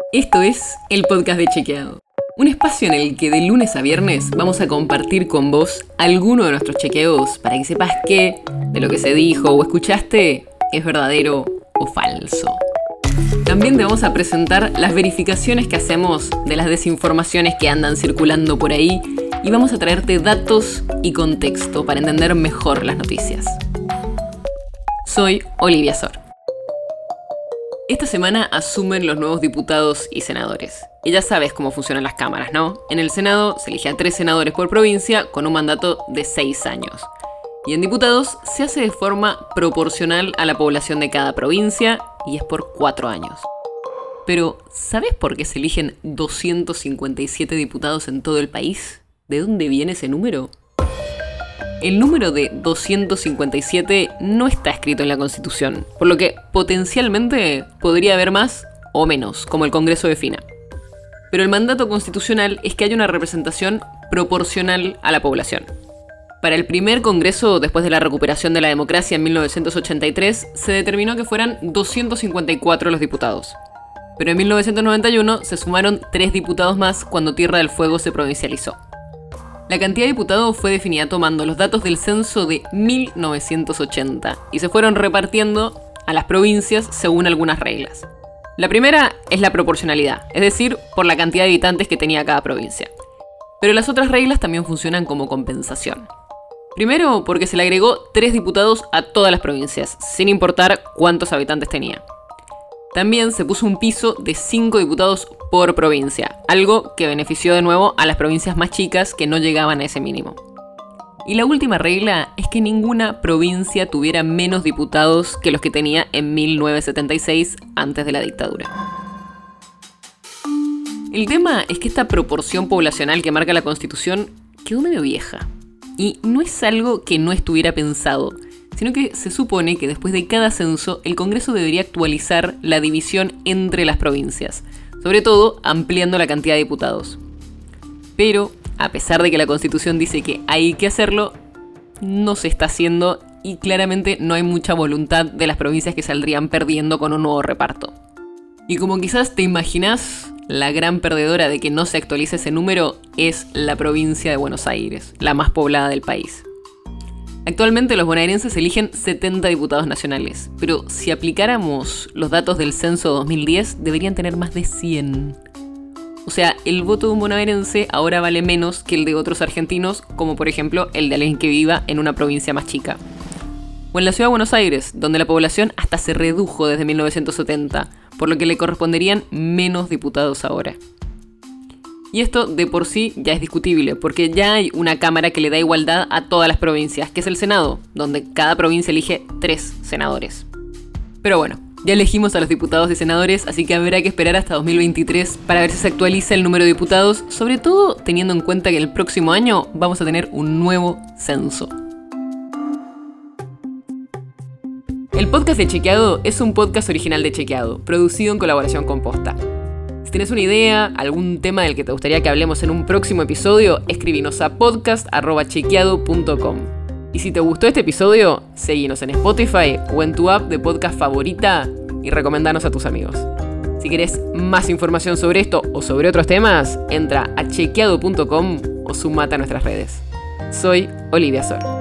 Esto es el podcast de Chequeado, un espacio en el que de lunes a viernes vamos a compartir con vos alguno de nuestros chequeos para que sepas qué de lo que se dijo o escuchaste es verdadero o falso. También te vamos a presentar las verificaciones que hacemos de las desinformaciones que andan circulando por ahí y vamos a traerte datos y contexto para entender mejor las noticias. Soy Olivia Sor. Esta semana asumen los nuevos diputados y senadores. Y ya sabes cómo funcionan las cámaras, ¿no? En el Senado se elige a 3 senadores por provincia con un mandato de 6 años. Y en diputados se hace de forma proporcional a la población de cada provincia y es por 4 años. Pero, ¿sabes por qué se eligen 257 diputados en todo el país? ¿De dónde viene ese número? El número de 257 no está escrito en la Constitución, por lo que potencialmente podría haber más o menos, como el Congreso defina. Pero el mandato constitucional es que haya una representación proporcional a la población. Para el primer Congreso, después de la recuperación de la democracia en 1983, se determinó que fueran 254 los diputados. Pero en 1991 se sumaron 3 diputados más cuando Tierra del Fuego se provincializó. La cantidad de diputados fue definida tomando los datos del censo de 1980 y se fueron repartiendo a las provincias según algunas reglas. La primera es la proporcionalidad, es decir, por la cantidad de habitantes que tenía cada provincia. Pero las otras reglas también funcionan como compensación. Primero, porque se le agregó 3 diputados a todas las provincias, sin importar cuántos habitantes tenía. También se puso un piso de 5 diputados por provincia, algo que benefició de nuevo a las provincias más chicas que no llegaban a ese mínimo. Y la última regla es que ninguna provincia tuviera menos diputados que los que tenía en 1976, antes de la dictadura. El tema es que esta proporción poblacional que marca la Constitución quedó medio vieja. Y no es algo que no estuviera pensado, sino que se supone que después de cada censo el Congreso debería actualizar la división entre las provincias, sobre todo ampliando la cantidad de diputados. Pero, a pesar de que la Constitución dice que hay que hacerlo, no se está haciendo y claramente no hay mucha voluntad de las provincias que saldrían perdiendo con un nuevo reparto. Y como quizás te imaginás, la gran perdedora de que no se actualice ese número es la provincia de Buenos Aires, la más poblada del país. Actualmente los bonaerenses eligen 70 diputados nacionales, pero si aplicáramos los datos del censo 2010 deberían tener más de 100. O sea, el voto de un bonaerense ahora vale menos que el de otros argentinos, como por ejemplo el de alguien que viva en una provincia más chica. O en la ciudad de Buenos Aires, donde la población hasta se redujo desde 1970, por lo que le corresponderían menos diputados ahora. Y esto de por sí ya es discutible, porque ya hay una cámara que le da igualdad a todas las provincias, que es el Senado, donde cada provincia elige 3 senadores. Pero bueno, ya elegimos a los diputados y senadores, así que habrá que esperar hasta 2023 para ver si se actualiza el número de diputados, sobre todo teniendo en cuenta que el próximo año vamos a tener un nuevo censo. El podcast de Chequeado es un podcast original de Chequeado, producido en colaboración con Posta. Si tienes una idea, algún tema del que te gustaría que hablemos en un próximo episodio, escribinos a podcast@chequeado.com. Y si te gustó este episodio, seguinos en Spotify o en tu app de podcast favorita y recomendanos a tus amigos. Si querés más información sobre esto o sobre otros temas, entra a chequeado.com o sumate a nuestras redes. Soy Olivia Sor.